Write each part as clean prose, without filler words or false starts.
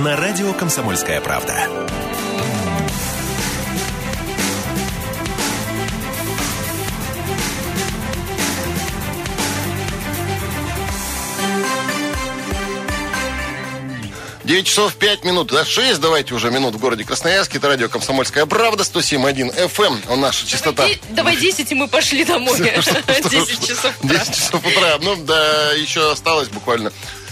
на радио «Комсомольская правда». Девять часов 5 минут, да, 6, давайте уже минут в городе Красноярске. Это радио «Комсомольская правда», 107.1 FM, наша частота. Давай 10, и мы пошли домой. 10 часов утра. 10 часов утра. Ну, да, еще осталось буквально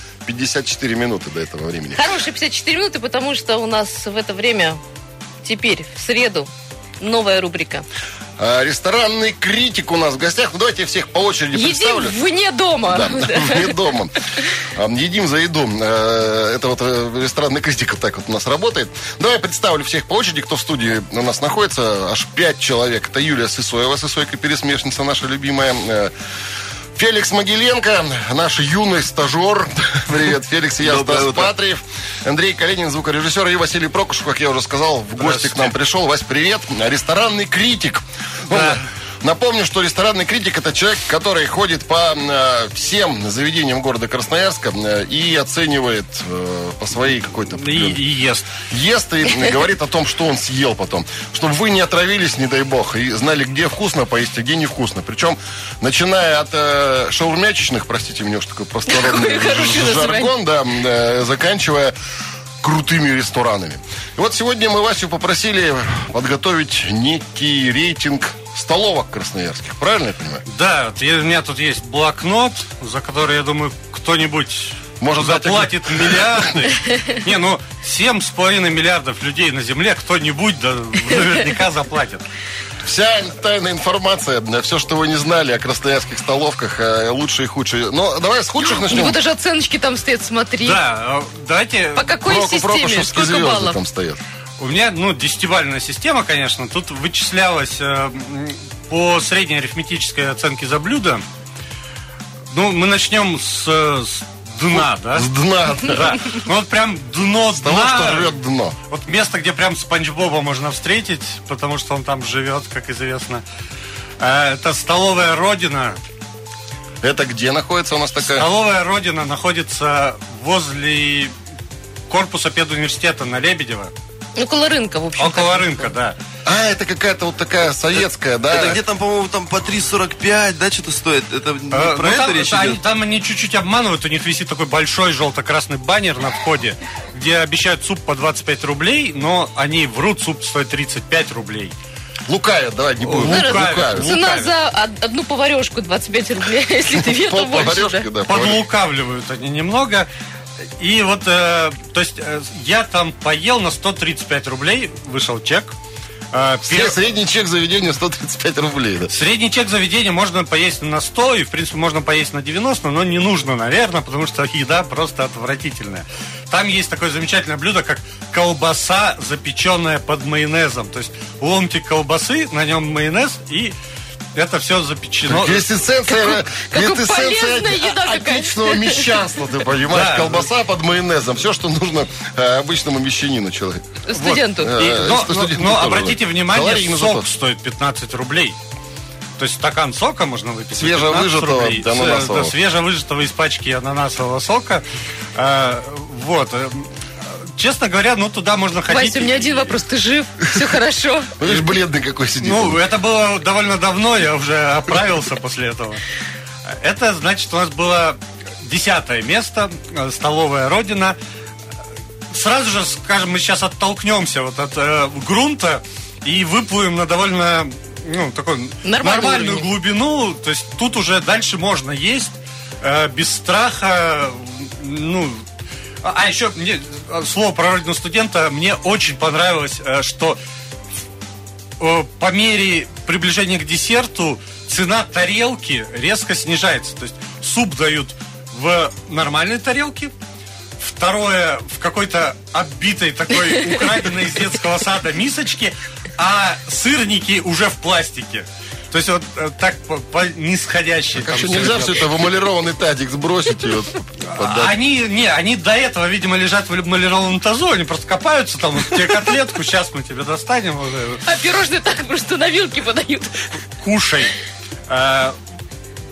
54 минуты до этого времени. Хорошие 54 минуты, потому что у нас в это время, теперь, в среду, новая рубрика. Ресторанный критик у нас в гостях. Ну, давайте я всех по очереди представлю. Едим вне дома. Да, вне дома. Едим за еду. Это вот ресторанный критик вот так вот у нас работает. Давай я представлю всех по очереди, кто в студии у нас находится. Аж 5 человек. Это Юлия Сысоева, Сысойка-пересмешница наша любимая. Феликс Могиленко, наш юный стажер. Привет, Феликс, и я, Стас Патриев. Андрей Калинин, звукорежиссер, и Василий Прокушев, как я уже сказал, в гости к нам пришел. Вась, привет. Ресторанный критик. Да. Напомню, что ресторанный критик — это человек, который ходит по всем заведениям города Красноярска и оценивает по своей какой-то... И ест. Ест и говорит о том, что он съел потом. Чтобы вы не отравились, не дай бог, и знали, где вкусно поесть, а где невкусно. Причем, начиная от шаурмячечных, простите мне уж такой простородный жаргон, да, заканчивая крутыми ресторанами. И вот сегодня мы Васю попросили подготовить некий рейтинг столовок красноярских. Правильно я понимаю? Да, у меня тут есть блокнот, за который, я думаю, кто-нибудь может заплатит миллиарды. Не, 7,5 миллиардов людей на земле кто-нибудь наверняка заплатит. Вся тайная информация, все, что вы не знали о красноярских столовках, лучшие и худшие. Но давай с худших начнем. У него даже оценочки там стоят, смотри. Да, давайте... По какой системе? Сколько баллов? Там стоят. У меня, 10-бальная система, конечно. Тут вычислялось по средней арифметической оценке за блюдо. Мы начнем с дна, да? С дна, да. Вот прям дно с того, что рвет дно. Вот место, где прям Спанч Боба можно встретить, потому что он там живет, как известно. Это столовая «Родина». Это где находится у нас такая? Столовая «Родина» находится возле корпуса педуниверситета на Лебедева. Около рынка, в общем. Около рынка, да. Это какая-то вот такая советская, да? Это где там, по-моему, там по 3,45, да, что-то стоит? Это про это речь идет? Там они чуть-чуть обманывают. У них висит такой большой желто-красный баннер на входе, где обещают суп по 25 рублей, но они врут, суп стоит 35 рублей. Лукавят, давай, не будем. Лукавят. Цена за одну поварешку 25 рублей, если ты вето больше. Подлукавливают они немного. И вот, то есть, я там поел на 135 рублей, вышел чек. Средний чек заведения 135 рублей, да? Средний чек заведения можно поесть на 100, и, в принципе, можно поесть на 90, но не нужно, наверное, потому что еда просто отвратительная. Там есть такое замечательное блюдо, как колбаса, запеченная под майонезом. То есть, ломтик колбасы, на нем майонез, и... это все запечено. Квинтэссенция отечественного мещанства, ты понимаешь? Да, колбаса под майонезом. Все, что нужно обычному мещанину человеку. Студенту. Но обратите внимание, сок стоит 15 рублей. То есть стакан сока можно выпить. Свежевыжатого ананасового. Свежевыжатого из пачки ананасового сока. Честно говоря, туда можно ходить... Вася, у меня один вопрос. Ты жив? Все хорошо? Видишь, бледный какой сидит. Это было довольно давно, я уже оправился после этого. Это, значит, у нас было 10-е место, столовая «Родина». Сразу же, скажем, мы сейчас оттолкнемся от грунта и выплывем на довольно такую нормальную глубину. То есть тут уже дальше можно есть без страха, еще мне слово про родину студента. Мне очень понравилось, что по мере приближения к десерту цена тарелки резко снижается. То есть суп дают в нормальной тарелке, второе в какой-то оббитой такой украденной из детского сада мисочке, а сырники уже в пластике. То есть вот так по нисходящей. Как нельзя все это в эмалированный тазик сбросить и Они до этого, видимо, лежат в эмалированном тазу, они просто копаются там, тебе котлетку, сейчас мы тебе достанем. А пирожные так просто на вилке подают. Кушай.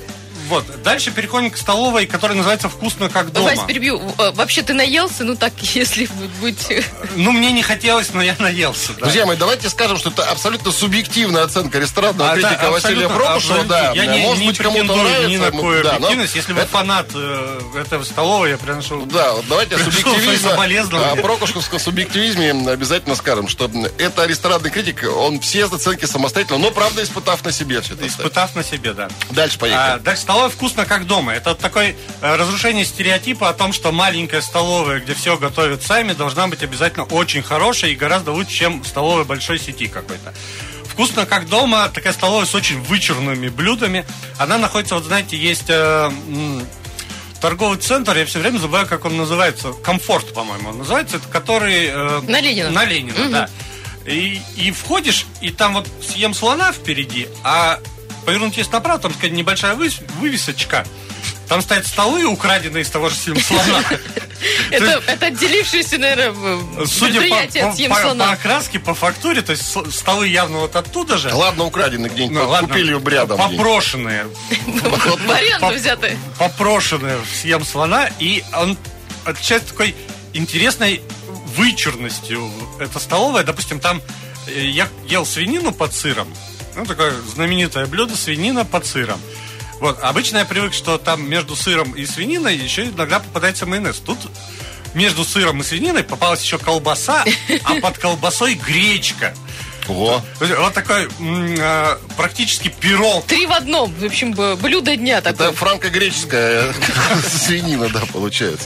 Вот. Дальше переходим к столовой, которая называется «Вкусно как дома». Вась, перебью. Вообще ты наелся? Ну так, если быть... Ну, мне не хотелось, но я наелся. Да. Друзья мои, давайте скажем, что это абсолютно субъективная оценка ресторанного критика Василия Прокушева. Да, я может быть, кому-то нравится. Ни на какую объективность. Если вы фанат этого столовой, я приношу... Да, вот давайте о субъективизме. О прокушевском субъективизме обязательно скажем, что это ресторанный критик, он все оценки самостоятельно, но, правда, испытав на себе все это. Испытав на себе, да. Дальше поехали. Дальше столовая «Вкусно как дома». Это такое разрушение стереотипа о том, что маленькая столовая, где все готовят сами, должна быть обязательно очень хорошая и гораздо лучше, чем столовая большой сети какой-то. «Вкусно как дома» такая столовая с очень вычурными блюдами. Она находится, вот знаете, есть торговый центр, я все время забываю, как он называется. «Комфорт», по-моему, он называется. Это который... на Ленина. На Ленина, да. И входишь, и там вот съем слона впереди, а повернуть есть направо, там такая небольшая вывесочка. Там стоят столы, украденные из того же съем слона. Это отделившиеся, наверное, предприятие от съем слона. По окраске, по фактуре, то есть столы явно вот оттуда же. Ладно, украденные где-нибудь, купили ее рядом. Попрошенные. Варианты взяты. Попрошенные в съем слона, и он отличается такой интересной вычурностью. Это столовая, допустим, там я ел свинину под сыром. Ну, такое знаменитое блюдо, свинина под сыром. Вот, обычно я привык, что там между сыром и свининой еще иногда попадается майонез. Тут между сыром и свининой попалась еще колбаса, а под колбасой гречка. Ого. Вот такой практически пирог. 3 в одном. В общем, блюдо дня такое. Это франко-греческая свинина, да, получается.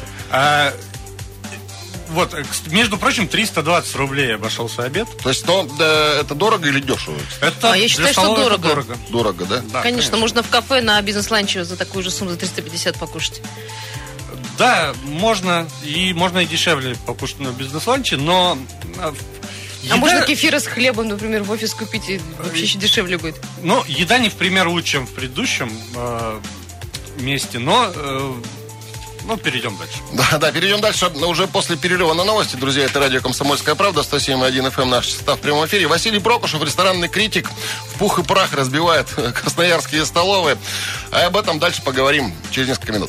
Вот, между прочим, 320 рублей обошелся обед. То есть, это дорого или дешево? Я считаю, что дорого. Дорого, да? Да, конечно, можно в кафе на бизнес-ланче за такую же сумму, за 350 покушать. Да, можно и дешевле покушать на бизнес-ланче, но... А можно кефира с хлебом, например, в офис купить, и вообще еще дешевле будет. Ну, еда не в пример лучше, чем в предыдущем месте, но... Ну, перейдем дальше. Да, перейдем дальше уже после перерыва на новости. Друзья, это радио «Комсомольская правда», 107.1 FM, наш частота в прямом эфире. Василий Прокушев, ресторанный критик, в пух и прах разбивает красноярские столовые. А об этом дальше поговорим через несколько минут.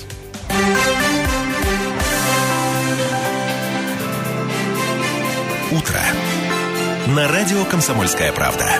Утро. На радио «Комсомольская правда».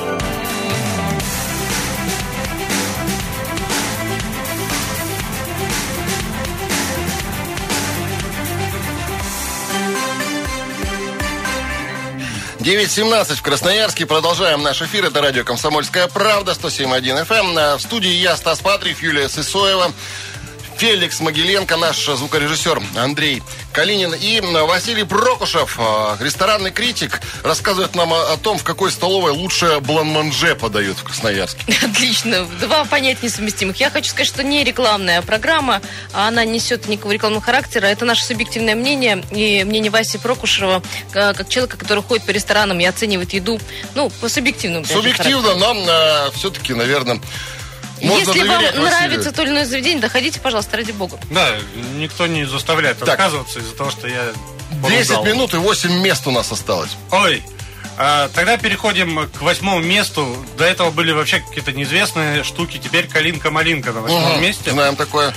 Девять 17 в Красноярске. Продолжаем наш эфир. Это радио «Комсомольская правда», 107.1 FM. В студии я, Стас Патриев, Юлия Сысоева, Феликс Могиленко, наш звукорежиссер Андрей Калинин и Василий Прокушев, ресторанный критик, рассказывает нам о том, в какой столовой лучше блан-манже подают в Красноярске. Отлично. 2 понятия несовместимых. Я хочу сказать, что не рекламная программа, она несет никакого рекламного характера. Это наше субъективное мнение и мнение Васи Прокушева, как человека, который ходит по ресторанам и оценивает еду, ну, по субъективному. Субъективно, но все-таки, наверное... Если вам нравится то или иное заведение, доходите, пожалуйста, ради бога. Да, никто не заставляет отказываться из-за того, что я... 10 минут и 8 мест у нас осталось. Ой, тогда переходим к 8-му месту. До этого были вообще какие-то неизвестные штуки. Теперь калинка-малинка на 8-м месте. Знаем такое.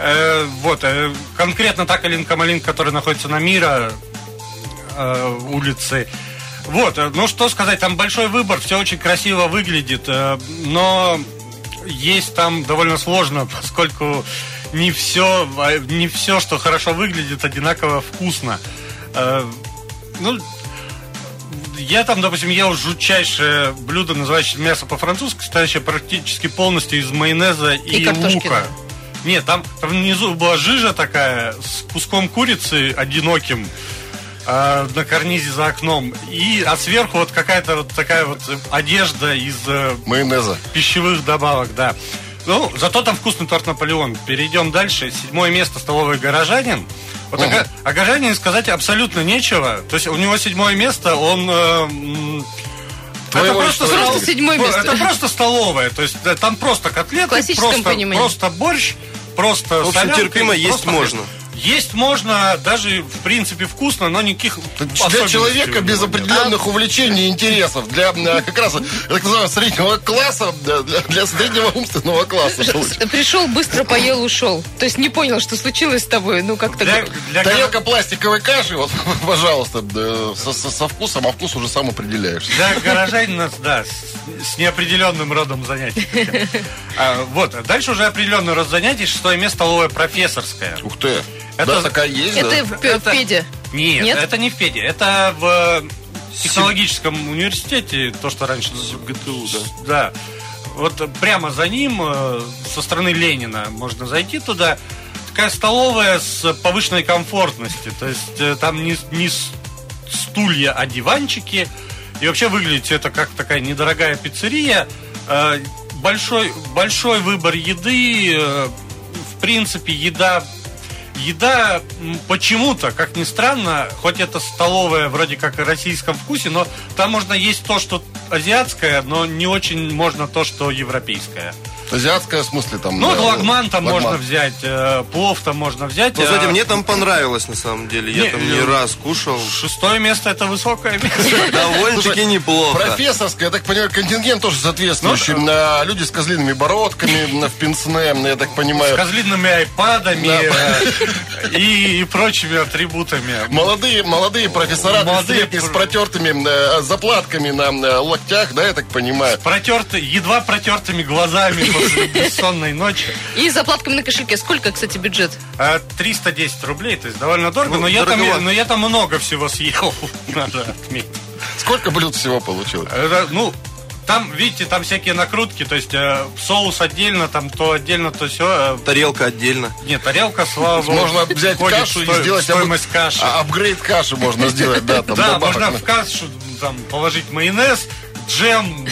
Конкретно та калинка-малинка, которая находится на Мира улице. Вот, ну что сказать, там большой выбор, все очень красиво выглядит, но... Есть там довольно сложно, поскольку не все, что хорошо выглядит, одинаково вкусно. Ну, я там, допустим, ел жутчайшее блюдо, называющееся мясо по-французски, состоящее практически полностью из майонеза и лука. Да. Нет, там внизу была жижа такая с куском курицы одиноким на карнизе за окном. А сверху вот какая-то вот такая вот одежда из майонеза, пищевых добавок, да. Ну, зато там вкусный торт Наполеон. Перейдем дальше. 7-е место — столовый «Горожанин». Вот о «Горожанине» сказать абсолютно нечего. То есть у него 7-е место, он... Это просто 7-е место. Это просто столовая. То есть там просто котлеты, просто борщ, просто солянка. В общем, терпимо есть можно. Есть можно, даже в принципе вкусно, но никаких для человека без определенных увлечений и интересов, для как раз так называемого среднего класса, для среднего умственного класса. Пришел, быстро поел, ушел. То есть не понял, что случилось с тобой. Ну как-то. Тарелка пластиковой каши, вот, пожалуйста, со вкусом, а вкус уже сам определяешь. Для горожанина, да, с неопределенным родом занятий. Вот, дальше уже определенный род занятий. 6-е место, столовая профессорская. Ух ты. Это, да, такая есть, это да? в ПЕДе? Нет, это не в ПЕДе. Это в технологическом университете, то, что раньше... ГТУ, да. Да. Вот прямо за ним, со стороны Ленина, можно зайти туда. Такая столовая с повышенной комфортностью. То есть там не стулья, а диванчики. И вообще выглядит это как такая недорогая пиццерия. Большой выбор еды. В принципе, еда почему-то, как ни странно, хоть это столовая вроде как о российском вкусе, но там можно есть то, что азиатское, но не очень можно то, что европейское. Азиатское в смысле там... Ну, лагман там можно взять, плов там можно взять. Ну, кстати, мне там понравилось, на самом деле. Я там не раз кушал. 6-е место — это высокое место. Довольно-таки неплохо. Профессорская, я так понимаю, контингент тоже соответствующий. Люди с козлиными бородками в пенсне, я так понимаю. С козлиными айпадами и прочими атрибутами. Молодые профессора, с протертыми заплатками на локтях, да, я так понимаю. Едва протертыми глазами после бессонной ночи. И заплатками на кошельке. Сколько, кстати, бюджет? 310 рублей, то есть довольно дорого, но я там много всего съел, надо отметить. Сколько блюд всего получилось? Там, видите, там всякие накрутки, то есть соус отдельно, там то отдельно, то все. Тарелка отдельно. Нет, тарелка, слава богу. Можно взять кашу и сделать стоимость каши. Апгрейд каши можно сделать, да. Да, можно в кашу там положить майонез, джем,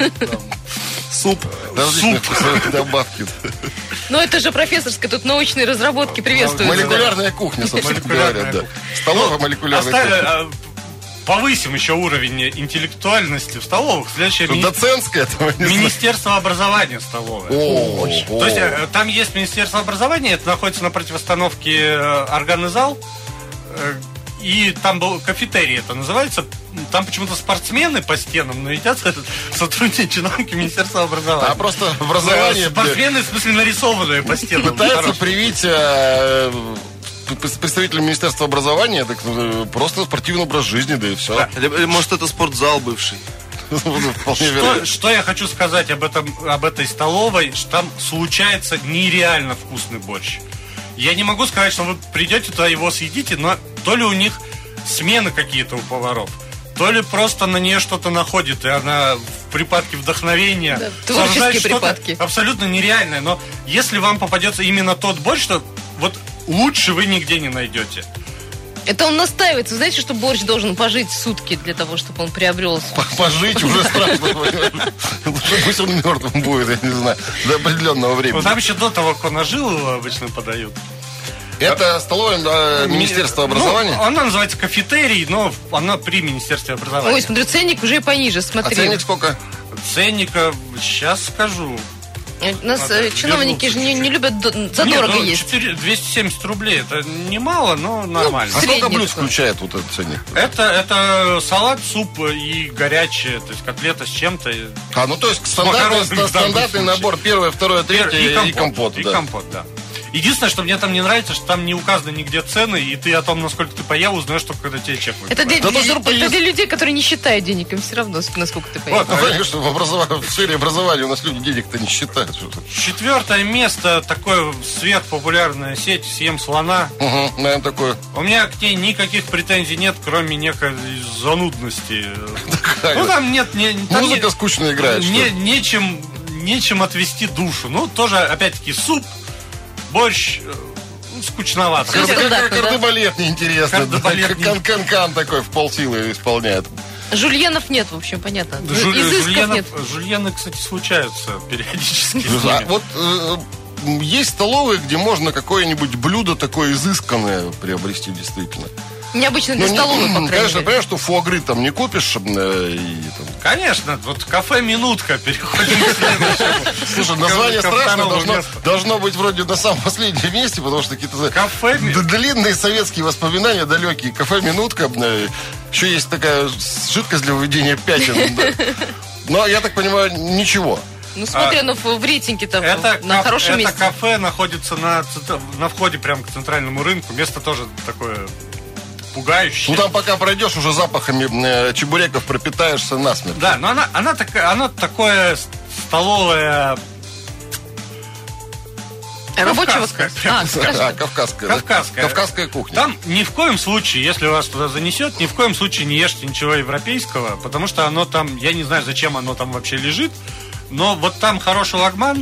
суп. Различные добавки. Ну, это же профессорская, тут научные разработки приветствуются. Молекулярная кухня, собственно говоря, да. Столовая молекулярная кухня. Повысим еще уровень интеллектуальности в столовых. Следующее доцентское, Министерство образования столовое. То есть там есть Министерство образования, это находится на противостановке органный зал. И там был кафетерий, это называется. Там почему-то спортсмены по стенам, но едят сотрудники, чиновники Министерства образования. А просто образование... Спортсмены, в смысле, нарисованные по стенам. Пытаются привить представителям Министерства образования так, просто спортивный образ жизни, да и все. Да. Может, это спортзал бывший. Что я хочу сказать об этой столовой, что там случается нереально вкусный борщ. Я не могу сказать, что вы придете туда, его съедите, но то ли у них смены какие-то у поваров, то ли просто на нее что-то находит, и она в припадке вдохновения творческие припадки. Абсолютно нереальное. Но если вам попадется именно тот борщ, что вот лучше вы нигде не найдете. Это он настаивается. Вы знаете, что борщ должен пожить сутки для того, чтобы он приобрел... Пожить уже страшно. Пусть он мертвым будет, я не знаю, до определенного времени. Там еще до того, как он ожил, его обычно подают. Это столовая Министерства образования? Она называется кафетерий, но она при Министерстве образования. Ой, смотрю, ценник уже пониже, смотри. А ценник сколько? Ценника, сейчас скажу. У нас чиновники же не любят задорого есть. 270 рублей, это немало, но нормально. А сколько блюд включает вот этот ценник? Это салат, суп и горячее, то есть котлета с чем-то. То есть стандартный набор, первое, второе, третье и компот. И компот, да. Единственное, что мне там не нравится, что там не указано нигде цены, и ты о том, насколько ты поел, узнаешь только когда тебе чек выпадет. Это для людей, которые не считают денег, им все равно, насколько ты поел. Конечно, в сфере образования у нас люди денег-то не считают. 4-е место, такое сверхпопулярная сеть «Съем слона». Наверное, такое. У меня к ней никаких претензий нет, кроме некой занудности. Там нет... Музыка скучно играет. Нечем отвести душу. Тоже, опять-таки, суп, борщ, скучновато. Кардебалет неинтересно. Кан-кан-кан такой в полсилы исполняет. Жульенов нет, в общем, понятно. Изысков нет. Жульены, кстати, случаются периодически. Вот есть столовые, где можно какое-нибудь блюдо такое изысканное приобрести действительно. Необычно для столовой, по крайней Конечно, мере. понимаешь, что фуагры там не купишь. Конечно, вот кафе «Минутка». Переходим к следующему. Слушай, название Ко страшное второму месту. должно быть вроде на самом последнем месте, потому что какие-то Кафе длинные советские воспоминания, далекие. Кафе «Минутка». Еще есть такая жидкость для выведения пятен. Да. Но, я так понимаю, ничего. Ну, смотри, оно в рейтинге-то на хорошем месте. Это кафе находится на входе прямо к центральному рынку. Место тоже такое пугающее. Ну, там пока пройдешь, уже запахами чебуреков пропитаешься насмерть. Да, но она такое столовое... Рабочего Кавказская. Кавказская кухня. Там ни в коем случае, если вас туда занесет, ни в коем случае не ешьте ничего европейского, потому что оно там, я не знаю, зачем оно там вообще лежит, но вот там хороший лагман,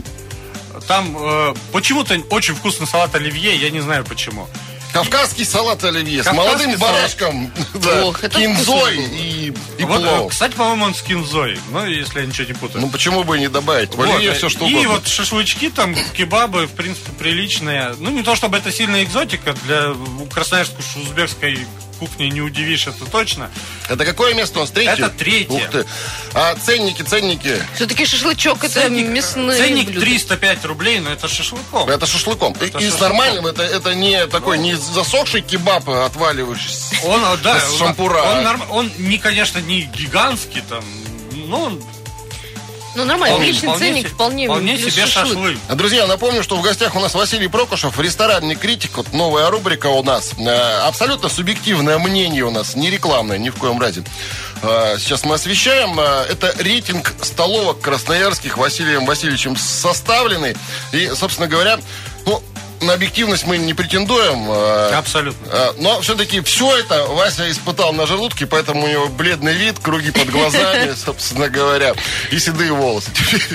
там почему-то очень вкусный салат оливье, я не знаю почему. Кавказский салат оливье с молодым барашком, кинзой и плов. Кстати, по-моему, он с кинзой. Ну, если я ничего не путаю. Ну, почему бы и не добавить? В оливье все что угодно. И вот шашлычки там, кебабы, в принципе, приличные. Ну, не то чтобы это сильная экзотика. Для красноярской узбекской кухни не удивишь, это точно. Это какое место у нас? Третье? Это третье. Ух ты. А ценники? Все-таки шашлычок это мясные Ценник блюда. 305 рублей, но это шашлыком. Это шашлыком. И с нормальным, это не такой, не засохший кебаб, отваливающийся с шампура. Он, конечно, не гигантский там, но Ну, нормально, приличный ценник, вполне себе шашлык. Друзья, напомню, что в гостях у нас Василий Прокушев, ресторанный критик. Вот новая рубрика у нас. Абсолютно субъективное мнение у нас, не рекламное, ни в коем разе. Сейчас мы освещаем. Это рейтинг столовок красноярских Василием Васильевичем составленный. И, собственно говоря, на объективность мы не претендуем. Абсолютно. Но все-таки все это Вася испытал на желудке, поэтому у него бледный вид, круги под глазами, собственно говоря, и седые волосы.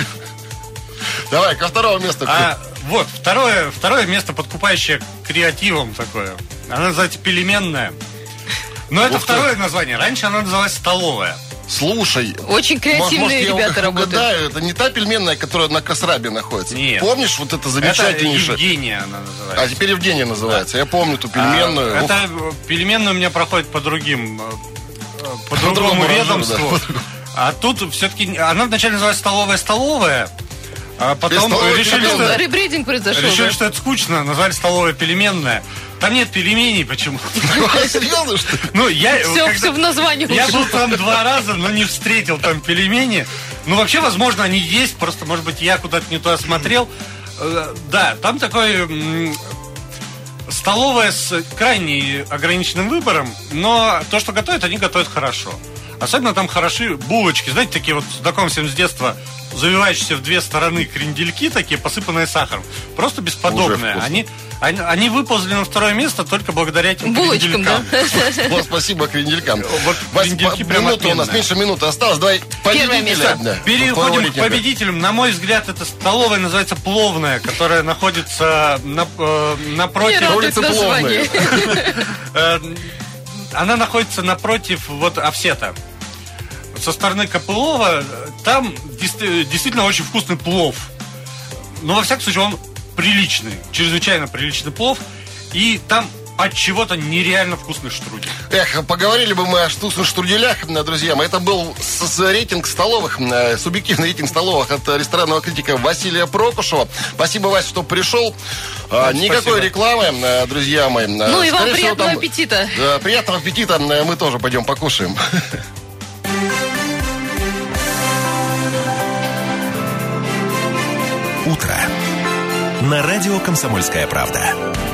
Давай, ко второму месту. Вот, второе место, подкупающее креативом такое. Она называется «Пельменная». Но это второе название. Раньше она называлась «Столовая». Слушай, очень креативные ребята работают. Угадаю, это не та пельменная, которая на Касрабе находится. Нет. Помнишь, вот это замечательнейшее? Это Евгения она называется. А теперь Евгения называется. Я помню ту пельменную. Это пельменная у меня проходит по другому ведомству. Да. А тут все-таки она вначале называлась «Столовая», а потом ребрендинг произошел. Решили, что это скучно, назвали «Столовая пельменная». Там нет пельменей почему-то. Серьезно, что ли? Ну, все в названии. Я был там 2 раза, но не встретил там пельмени. Ну, вообще, возможно, они есть, просто, может быть, я куда-то не туда смотрел. Да, там такой столовая с крайне ограниченным выбором, но то, что готовят, они готовят хорошо. Особенно там хороши булочки, знаете, такие вот знакомые всем с детства, завивающиеся в 2 стороны крендельки, такие, посыпанные сахаром. Просто бесподобные. Они выползли на 2-е место только благодаря этим булочкам, кренделькам. Да? Спасибо кренделькам. Вот крендельки прям у нас меньше минуты осталось. Давай победителя. Переходим к победителям. На мой взгляд, это столовая называется «Пловная», которая находится напротив... Улица Пловная. Она находится напротив офсета. Со стороны Копылова. Там действительно очень вкусный плов. Но, во всяком случае, он приличный. Чрезвычайно приличный плов. И там от чего-то нереально вкусный штрудель. Эх, поговорили бы мы о вкусных штруделях, друзья мои. Это был рейтинг столовых, субъективный рейтинг столовых от ресторанного критика Василия Прокушева. Спасибо, Вася, что пришел. Никакой рекламы, друзья мои. Ну и вам приятного аппетита. Приятного аппетита. Мы тоже пойдем покушаем. Утро. На радио «Комсомольская правда».